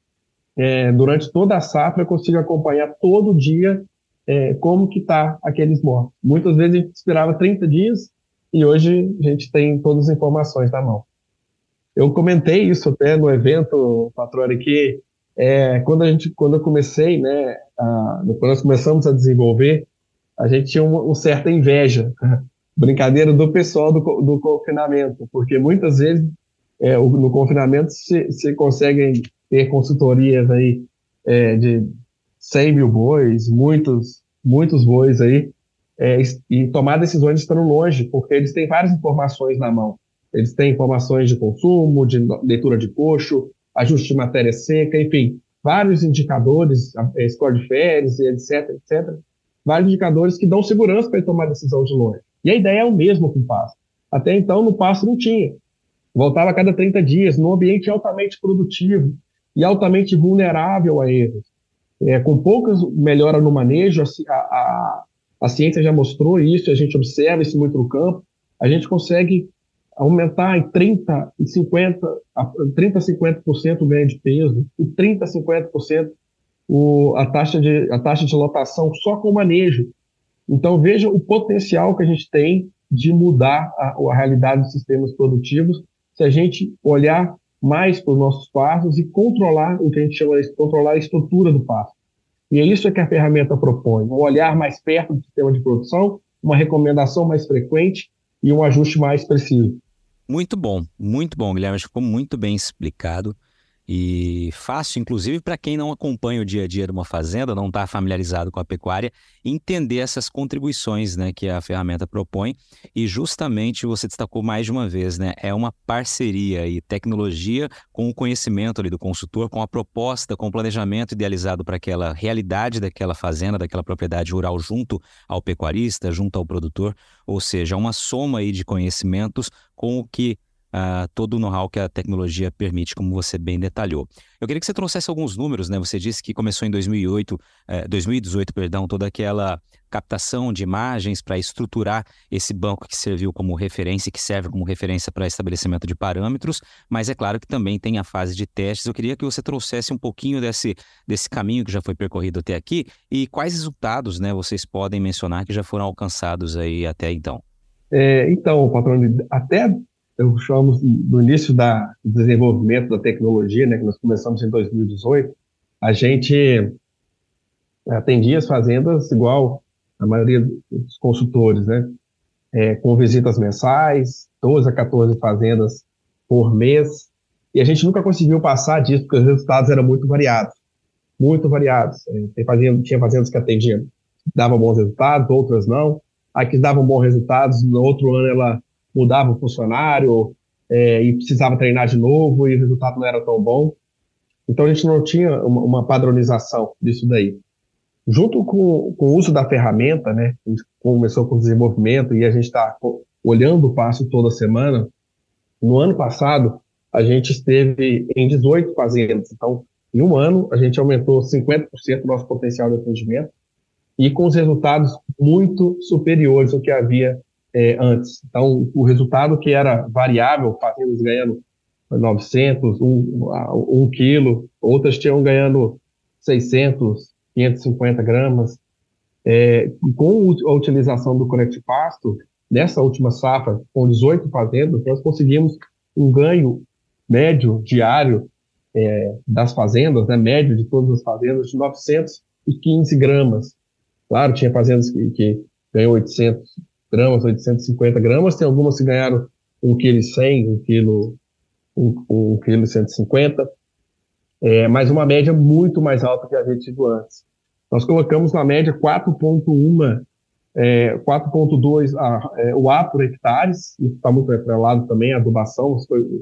É, durante toda a safra, eu consigo acompanhar todo dia é, como que está aqueles mortos. Muitas vezes a gente esperava trinta dias e hoje a gente tem todas as informações na mão. Eu comentei isso até no evento, Patrone, que é, quando, a gente, quando eu comecei, né, a, quando nós começamos a desenvolver, a gente tinha uma, uma certa inveja, brincadeira do pessoal do, do confinamento, porque muitas vezes é, no confinamento se, se conseguem ter consultorias aí é, de cem mil bois, muitos, muitos bois aí, é, e tomar decisões estando longe, porque eles têm várias informações na mão. Eles têm informações de consumo, de leitura de coxo, ajuste de matéria seca, enfim, vários indicadores, é, score de férias, etc, etcétera. Vários indicadores que dão segurança para ele tomar decisão de longe. E a ideia é o mesmo com o pasto. Até então, no pasto não tinha. Voltava a cada trinta dias, num ambiente altamente produtivo e altamente vulnerável a erros. É, com poucas melhoras no manejo, a, a, a ciência já mostrou isso, a gente observa isso muito no campo, a gente consegue aumentar em trinta, cinquenta, trinta a cinquenta por cento o ganho de peso, e trinta a cinquenta por cento o, a, taxa de, a taxa de lotação só com o manejo. Então, veja o potencial que a gente tem de mudar a, a realidade dos sistemas produtivos se a gente olhar mais para os nossos pastos e controlar o que a gente chama de controlar a estrutura do pasto. E é isso que a ferramenta propõe, um olhar mais perto do sistema de produção, uma recomendação mais frequente e um ajuste mais preciso. Muito bom, muito bom, Guilherme. Ficou muito bem explicado e fácil, inclusive, para quem não acompanha o dia a dia de uma fazenda, não está familiarizado com a pecuária, entender essas contribuições, né, que a ferramenta propõe. E justamente você destacou mais de uma vez, né, é uma parceria e tecnologia com o conhecimento ali do consultor, com a proposta, com o planejamento idealizado para aquela realidade daquela fazenda, daquela propriedade rural junto ao pecuarista, junto ao produtor, ou seja, uma soma aí de conhecimentos com o que Uh, todo o know-how que a tecnologia permite, como você bem detalhou. Eu queria que você trouxesse alguns números, né? Você disse que começou em dois mil e oito, eh, dois mil e dezoito, perdão, toda aquela captação de imagens para estruturar esse banco que serviu como referência, que serve como referência para estabelecimento de parâmetros, mas é claro que também tem a fase de testes. Eu queria que você trouxesse um pouquinho desse, desse caminho que já foi percorrido até aqui e quais resultados, né, vocês podem mencionar que já foram alcançados aí até então. É, então, Patrone, até eu chamo no início da, do desenvolvimento da tecnologia, né, que nós começamos em dois mil e dezoito, a gente atendia as fazendas igual a maioria dos consultores, né, é, com visitas mensais, doze a quatorze fazendas por mês, e a gente nunca conseguiu passar disso, porque os resultados eram muito variados, muito variados. É, tem fazenda, tinha fazendas que atendiam, davam bons resultados, outras não. A que davam bons resultados, no outro ano ela mudava o funcionário é, e precisava treinar de novo e o resultado não era tão bom. Então, a gente não tinha uma, uma padronização disso daí. Junto com, com o uso da ferramenta, né, a gente começou com o desenvolvimento e a gente está olhando o pasto toda semana. No ano passado, a gente esteve em dezoito fazendas. Então, em um ano, a gente aumentou cinquenta por cento do nosso potencial de atendimento e com os resultados muito superiores ao que havia é, antes. Então, o resultado que era variável, fazendas ganhando novecentos, um, um quilo, outras tinham ganhando seiscentos, quinhentos e cinquenta gramas. É, com a utilização do Connect Pasto, nessa última safra, com dezoito fazendas, nós conseguimos um ganho médio diário é, das fazendas, né, médio de todas as fazendas, de novecentos e quinze gramas. Claro, tinha fazendas que, que ganhou oitocentos gramas, oitocentos e cinquenta gramas, tem algumas que ganharam um vírgula cem, um quilo, um vírgula cento e cinquenta, é, mas uma média muito mais alta que a gente viu antes. Nós colocamos na média quatro vírgula um, é, quatro vírgula dois a, é, o A por hectares, isso está muito atrelado também à adubação,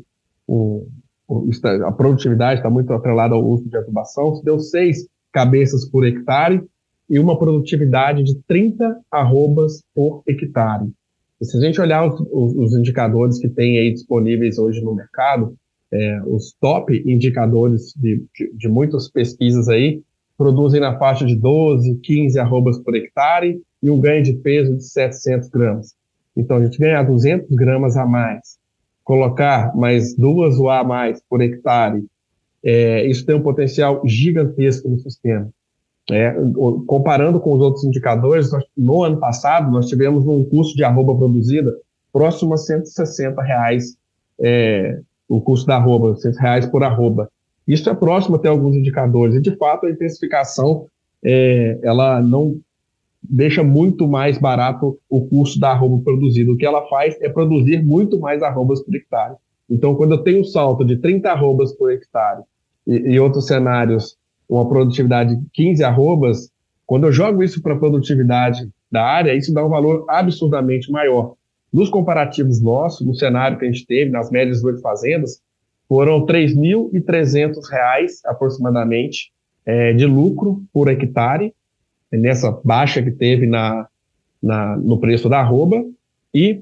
o, o, a produtividade está muito atrelada ao uso de adubação, deu seis cabeças por hectare e uma produtividade de trinta arrobas por hectare. E se a gente olhar os, os, os indicadores que tem aí disponíveis hoje no mercado, é, os top indicadores de, de, de muitas pesquisas aí, produzem na faixa de doze, quinze arrobas por hectare e um ganho de peso de setecentos gramas. Então, a gente ganhar duzentos gramas a mais, colocar mais duas U A a mais por hectare, é, isso tem um potencial gigantesco no sistema. É, comparando com os outros indicadores, nós, no ano passado, nós tivemos um custo de arroba produzida próximo a cento e sessenta reais, é, o custo da arroba, cem reais por arroba. Isso é próximo até alguns indicadores, e de fato a intensificação, é, ela não deixa muito mais barato o custo da arroba produzida. O que ela faz é produzir muito mais arrobas por hectare. Então, quando eu tenho um salto de trinta arrobas por hectare e, e outros cenários, uma produtividade de quinze arrobas, quando eu jogo isso para a produtividade da área, isso dá um valor absurdamente maior. Nos comparativos nossos, no cenário que a gente teve, nas médias de oito fazendas, foram três mil e trezentos reais, aproximadamente, é, de lucro por hectare, nessa baixa que teve na, na, no preço da arroba, e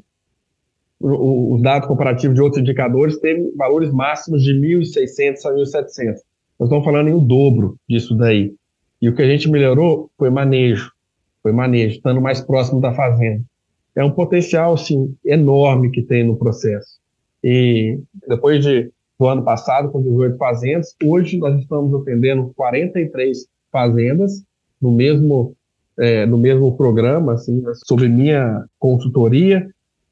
os dados comparativos de outros indicadores teve valores máximos de mil e seiscentos a mil e setecentos. Nós estamos falando em um dobro disso daí. E o que a gente melhorou foi manejo, foi manejo, estando mais próximo da fazenda. É um potencial, assim, enorme que tem no processo. E depois de, do ano passado, com dezoito fazendas, hoje nós estamos atendendo quarenta e três fazendas no mesmo, é, no mesmo programa, assim, sob minha consultoria,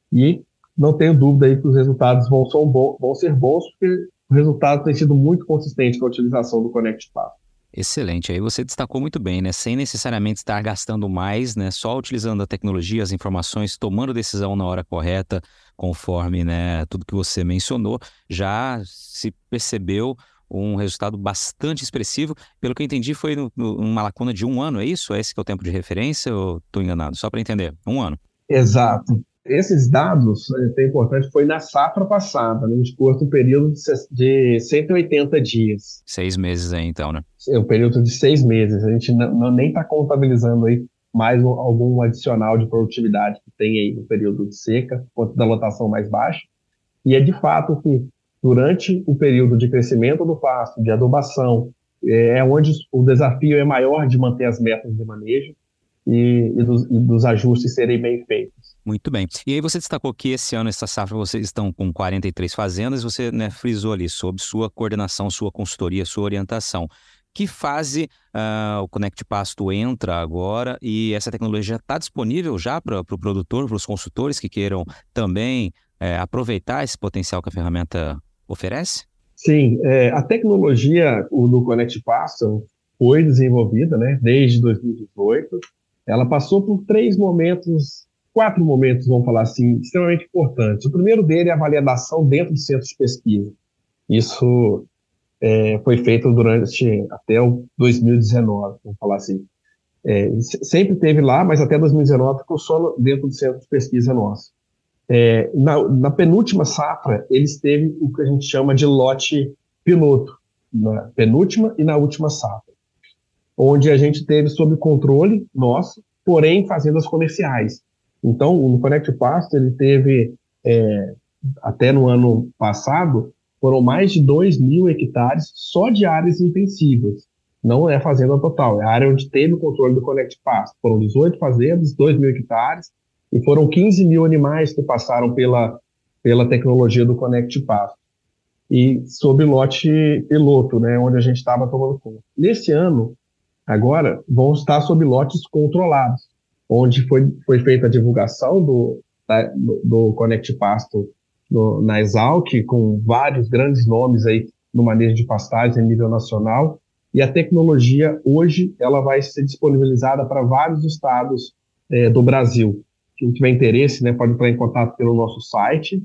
e não tenho dúvida aí que os resultados vão, são bons, vão ser bons, porque o resultado tem sido muito consistente com a utilização do Connect Pasto. Excelente, aí você destacou muito bem, né? Sem necessariamente estar gastando mais, né? Só utilizando a tecnologia, as informações, tomando decisão na hora correta, conforme, né, tudo que você mencionou, já se percebeu um resultado bastante expressivo. Pelo que eu entendi, foi no, no, uma lacuna de um ano, é isso? Esse que é o tempo de referência ou estou enganado? Só para entender, um ano. Exato. Esses dados, é importante, foi na safra passada, né? A gente pôs um período de cento e oitenta dias. Seis meses aí, então, né? É um período de seis meses. A gente não, não, nem está contabilizando aí mais um, algum adicional de produtividade que tem aí no período de seca, quanto da lotação mais baixa. E é de fato que durante o período de crescimento do pasto, de adubação, é onde o desafio é maior de manter as metas de manejo e, e, dos, e dos ajustes serem bem feitos. Muito bem. E aí você destacou que esse ano, essa safra, vocês estão com quarenta e três fazendas, você, né, frisou ali, sob sua coordenação, sua consultoria, sua orientação. Que fase uh, o Connect Pasto entra agora e essa tecnologia está disponível já para o pro produtor, para os consultores que queiram também é, aproveitar esse potencial que a ferramenta oferece? Sim, é, a tecnologia o, do Connect Pasto foi desenvolvida, né, desde dois mil e dezoito. Ela passou por três momentos, quatro momentos, vamos falar assim, extremamente importantes. O primeiro dele é a validação dentro de centros de pesquisa. Isso é, foi feito durante até o dois mil e dezenove, vamos falar assim. É, sempre teve lá, mas até dois mil e dezenove ficou só dentro do centro de pesquisa nosso. É, na, na penúltima safra, eles teve o que a gente chama de lote piloto, na penúltima e na última safra, onde a gente teve sob controle nosso, porém fazendas comerciais. Então, o Connect Pasto, ele teve, é, até no ano passado, foram mais de dois mil hectares só de áreas intensivas. Não é fazenda total, é a área onde teve o controle do Connect Pasto. Foram dezoito fazendas, dois mil hectares, E foram quinze mil animais que passaram pela, pela tecnologia do Conect Pasto. E sob lote piloto, né, onde a gente estava tomando conta. Nesse ano, agora, vão estar sob lotes controlados, onde foi, foi feita a divulgação do, da, do, do Conect Pasto no, na Exalc, com vários grandes nomes aí no manejo de pastagens em nível nacional, e a tecnologia hoje ela vai ser disponibilizada para vários estados eh, do Brasil. Quem tiver interesse, né, pode entrar em contato pelo nosso site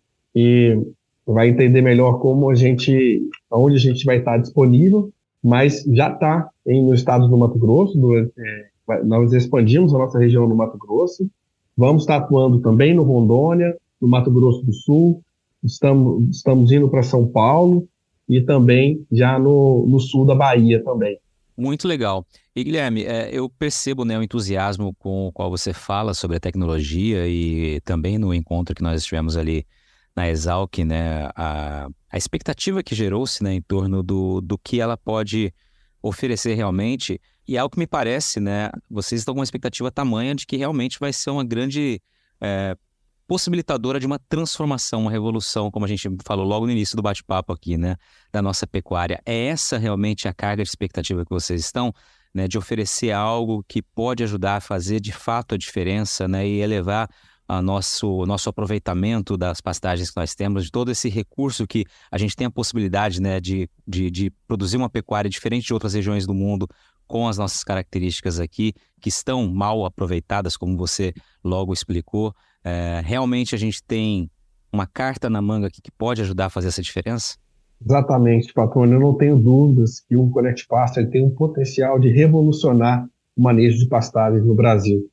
e vai entender melhor como a gente, onde a gente vai estar disponível, mas já está no estado do Mato Grosso, do, é, nós expandimos a nossa região no Mato Grosso, vamos estar atuando também no Rondônia, no Mato Grosso do Sul, estamos, estamos indo para São Paulo e também já no, no sul da Bahia também. Muito legal. E Guilherme, é, eu percebo, né, o entusiasmo com o qual você fala sobre a tecnologia e também no encontro que nós tivemos ali na Exalc, né, a, a expectativa que gerou-se, né, em torno do, do que ela pode oferecer realmente. E é algo que me parece, né, vocês estão com uma expectativa tamanha de que realmente vai ser uma grande é, possibilitadora de uma transformação, uma revolução, como a gente falou logo no início do bate-papo aqui, né, da nossa pecuária. É essa realmente a carga de expectativa que vocês estão, né, de oferecer algo que pode ajudar a fazer de fato a diferença, né, e elevar o nosso, nosso aproveitamento das pastagens que nós temos, de todo esse recurso que a gente tem a possibilidade, né, de, de, de produzir uma pecuária diferente de outras regiões do mundo, com as nossas características aqui, que estão mal aproveitadas, como você logo explicou. É, realmente a gente tem uma carta na manga aqui que pode ajudar a fazer essa diferença? Exatamente, Patrônio. Eu não tenho dúvidas que o Conect Pasto ele tem um potencial de revolucionar o manejo de pastagens no Brasil.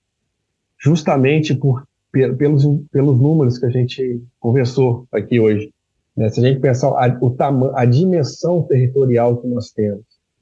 Justamente por, pelos, pelos números que a gente conversou aqui hoje. Né? Se a gente pensar a, o tama, a dimensão territorial que nós temos,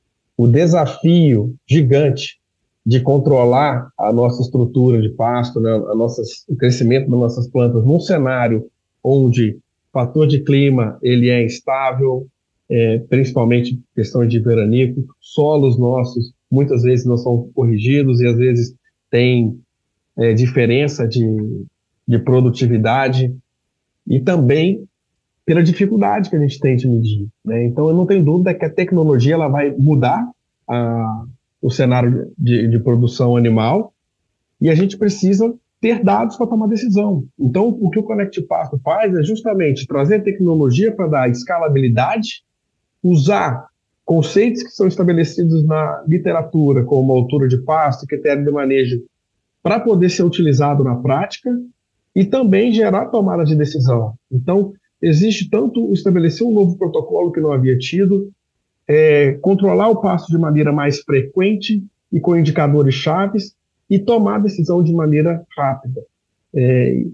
o desafio gigante de controlar a nossa estrutura de pasto, né, a nossas, o crescimento das nossas plantas num cenário onde o fator de clima ele é instável, é, principalmente questões de veranico, solos nossos muitas vezes não são corrigidos e às vezes tem é, diferença de, de produtividade e também pela dificuldade que a gente tem de medir, né? Então eu não tenho dúvida que a tecnologia ela vai mudar a, o cenário de, de produção animal e a gente precisa ter dados para tomar decisão. Então o que o Conect Pasto faz é justamente trazer tecnologia para dar escalabilidade, usar conceitos que são estabelecidos na literatura, como altura de pasto, critério de manejo, para poder ser utilizado na prática e também gerar tomada de decisão. Então existe tanto estabelecer um novo protocolo que não havia tido, é, controlar o pasto de maneira mais frequente e com indicadores chaves e tomar decisão de maneira rápida. É,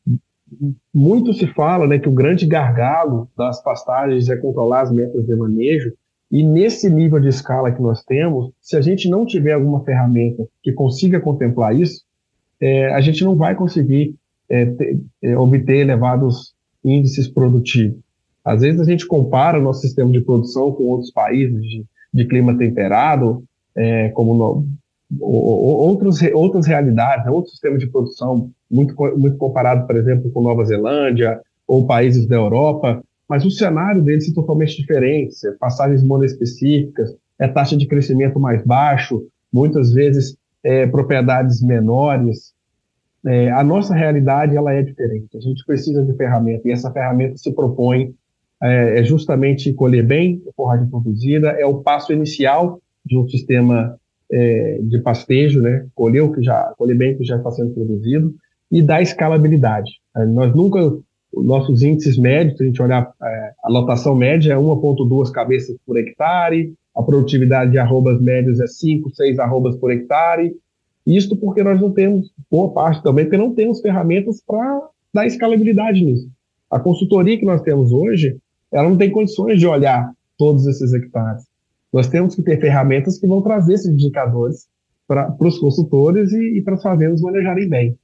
muito se fala, né, que o grande gargalo das pastagens é controlar as metas de manejo e nesse nível de escala que nós temos, se a gente não tiver alguma ferramenta que consiga contemplar isso, é, a gente não vai conseguir é, ter, é, obter elevados índices produtivos. Às vezes a gente compara o nosso sistema de produção com outros países de, de clima temperado, é, como no, ou, outros, outras realidades, né, outros sistemas de produção muito, muito comparado, por exemplo, com Nova Zelândia ou países da Europa, mas o cenário deles é totalmente diferente, é passagens monoespecíficas, é taxa de crescimento mais baixo, muitas vezes é, propriedades menores. É, a nossa realidade ela é diferente, a gente precisa de ferramenta, e essa ferramenta se propõe é, é justamente colher bem a forragem produzida, é o passo inicial de um sistema é, de pastejo, né? colher, o que já, colher bem o que já está sendo produzido, e dar escalabilidade. É, nós nunca, nossos índices médios, se a gente olhar é, a lotação média é um vírgula dois cabeças por hectare, a produtividade de arrobas médios é cinco, seis arrobas por hectare. Isto porque nós não temos, boa parte também, porque não temos ferramentas para dar escalabilidade nisso. A consultoria que nós temos hoje, ela não tem condições de olhar todos esses hectares. Nós temos que ter ferramentas que vão trazer esses indicadores para os consultores e, e para as fazendas manejarem bem.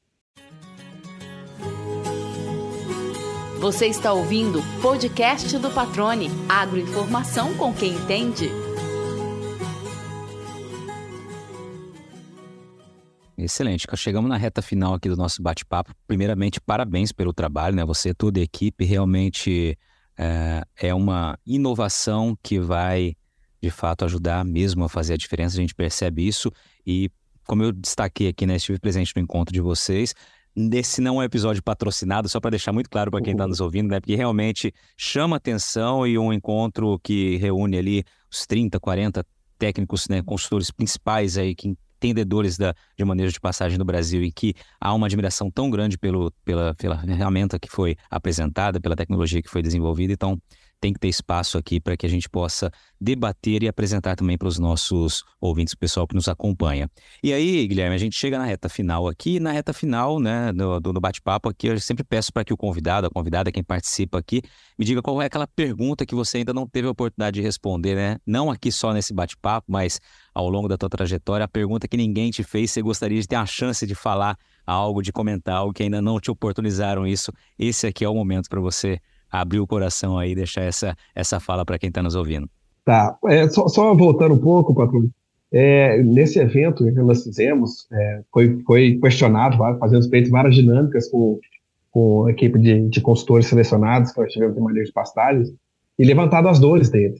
Você está ouvindo o podcast do Patrone, agroinformação com quem entende. Excelente. Chegamos na reta final aqui do nosso bate-papo. Primeiramente, parabéns pelo trabalho, né? Você, toda a equipe, realmente é, é uma inovação que vai, de fato, ajudar mesmo a fazer a diferença. A gente percebe isso e, como eu destaquei aqui, né? Estive presente no encontro de vocês. Esse não é um episódio patrocinado, só para deixar muito claro para quem está nos ouvindo, né? Porque realmente chama atenção e um encontro que reúne ali os trinta, quarenta técnicos, né? Consultores principais aí que entendedores da, de manejo de passagem no Brasil e que há uma admiração tão grande pelo, pela, pela ferramenta que foi apresentada, pela tecnologia que foi desenvolvida. Então, tem que ter espaço aqui para que a gente possa debater e apresentar também para os nossos ouvintes, o pessoal que nos acompanha. E aí, Guilherme, a gente chega na reta final aqui, na reta final, né, do, do bate-papo aqui, eu sempre peço para que o convidado, a convidada, quem participa aqui, me diga qual é aquela pergunta que você ainda não teve a oportunidade de responder, né? Não aqui só nesse bate-papo, mas ao longo da tua trajetória, a pergunta que ninguém te fez, você gostaria de ter a chance de falar algo, de comentar algo que ainda não te oportunizaram isso. Esse aqui é o momento para você abrir o coração aí e deixar essa, essa fala para quem está nos ouvindo. Tá, é, só, só voltando um pouco, patrão, é, nesse evento que nós fizemos, é, foi, foi questionado, fazendo feito várias dinâmicas com, com a equipe de, de consultores selecionados que nós tivemos em manejo de pastagens, e levantado as dores deles.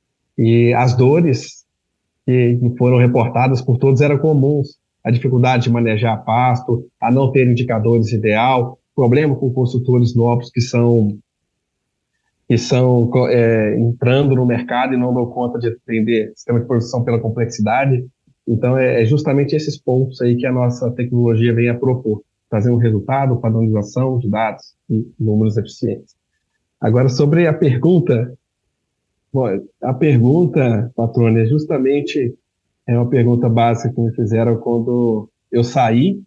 E as dores que, que foram reportadas por todos eram comuns: a dificuldade de manejar pasto, a não ter indicadores ideal, problema com consultores novos que são que estão é, entrando no mercado e não dão conta de atender sistema de produção pela complexidade. Então, é, é justamente esses pontos aí que a nossa tecnologia vem a propor, trazer um resultado, padronização de dados e números eficientes. Agora, sobre a pergunta, bom, a pergunta, Patrone, é justamente é uma pergunta básica que me fizeram quando eu saí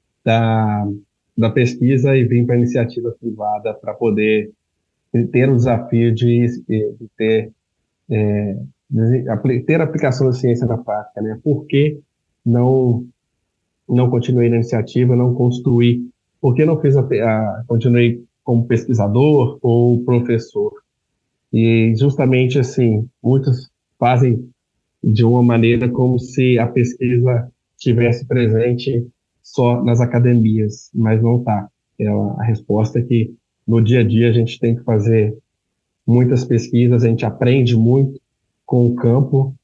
da, da pesquisa e vim para a iniciativa privada para poder ter o desafio de, de ter, é, de ter aplicação da ciência na prática, né? Por que não, não continuei na iniciativa, não construí? Por que não fiz a, a, continuei como pesquisador ou professor? E justamente assim, muitos fazem de uma maneira como se a pesquisa estivesse presente só nas academias, mas não está. É a resposta é que no dia a dia a gente tem que fazer muitas pesquisas, a gente aprende muito com o campo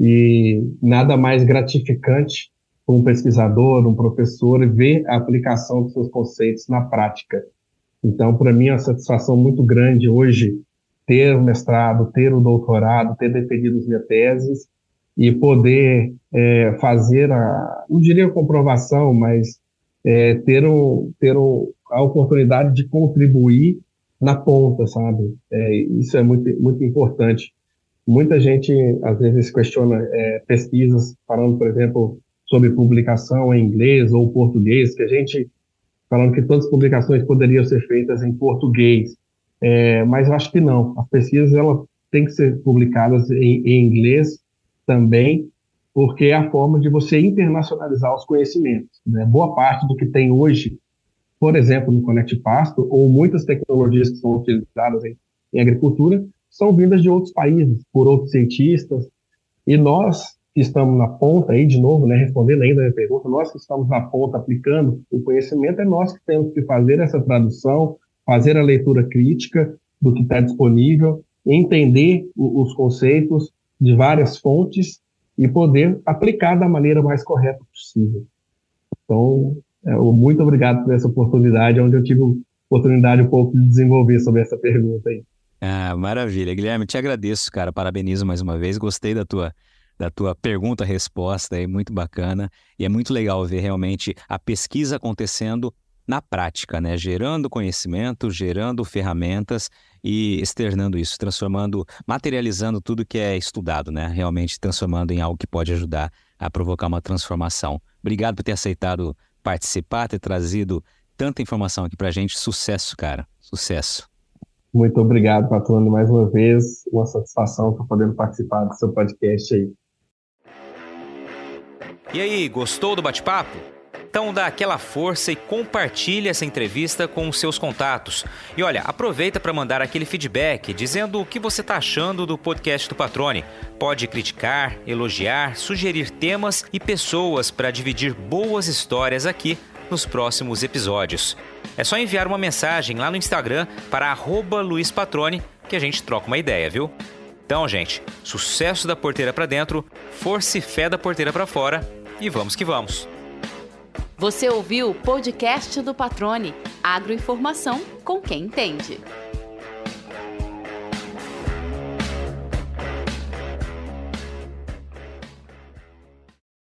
e nada mais gratificante para um pesquisador, um professor, ver a aplicação dos seus conceitos na prática. Então, para mim, é uma satisfação muito grande hoje ter o mestrado, ter o doutorado, ter defendido as minhas teses e poder é, fazer, a, não diria comprovação, mas é, ter, um, ter um, a oportunidade de contribuir na ponta, sabe? É, isso é muito, muito importante. Muita gente, às vezes, questiona é, pesquisas, falando, por exemplo, sobre publicação em inglês ou português, que a gente, falando que todas as publicações poderiam ser feitas em português, é, mas eu acho que não. As pesquisas, elas têm que ser publicadas em, em inglês também, porque é a forma de você internacionalizar os conhecimentos, né? Boa parte do que tem hoje, por exemplo, no Conect Pasto, ou muitas tecnologias que são utilizadas em, em agricultura, são vindas de outros países, por outros cientistas, e nós que estamos na ponta, aí de novo, né, respondendo ainda a minha pergunta, nós que estamos na ponta aplicando o conhecimento, é nós que temos que fazer essa tradução, fazer a leitura crítica do que está disponível, entender o, os conceitos de várias fontes e poder aplicar da maneira mais correta possível. Então, é, muito obrigado por essa oportunidade, onde eu tive a oportunidade um pouco de desenvolver sobre essa pergunta aí. Ah, maravilha. Guilherme, te agradeço, cara. Parabenizo mais uma vez. Gostei da tua, da tua pergunta-resposta aí, muito bacana. E é muito legal ver realmente a pesquisa acontecendo na prática, né? Gerando conhecimento, gerando ferramentas e externando isso, transformando, materializando tudo que é estudado, né? Realmente transformando em algo que pode ajudar a provocar uma transformação. Obrigado por ter aceitado participar, ter trazido tanta informação aqui pra gente. Sucesso, cara. Sucesso. Muito obrigado, Patrone, mais uma vez. Uma satisfação estar podendo participar do seu podcast aí. E aí, gostou do bate-papo? Então dá aquela força e compartilha essa entrevista com os seus contatos. E olha, aproveita para mandar aquele feedback dizendo o que você está achando do podcast do Patrone. Pode criticar, elogiar, sugerir temas e pessoas para dividir boas histórias aqui nos próximos episódios. É só enviar uma mensagem lá no Instagram para arroba Luiz Patrone que a gente troca uma ideia, viu? Então, gente, sucesso da porteira para dentro, força e fé da porteira para fora e vamos que vamos. Você ouviu o podcast do Patrone, agroinformação com quem entende.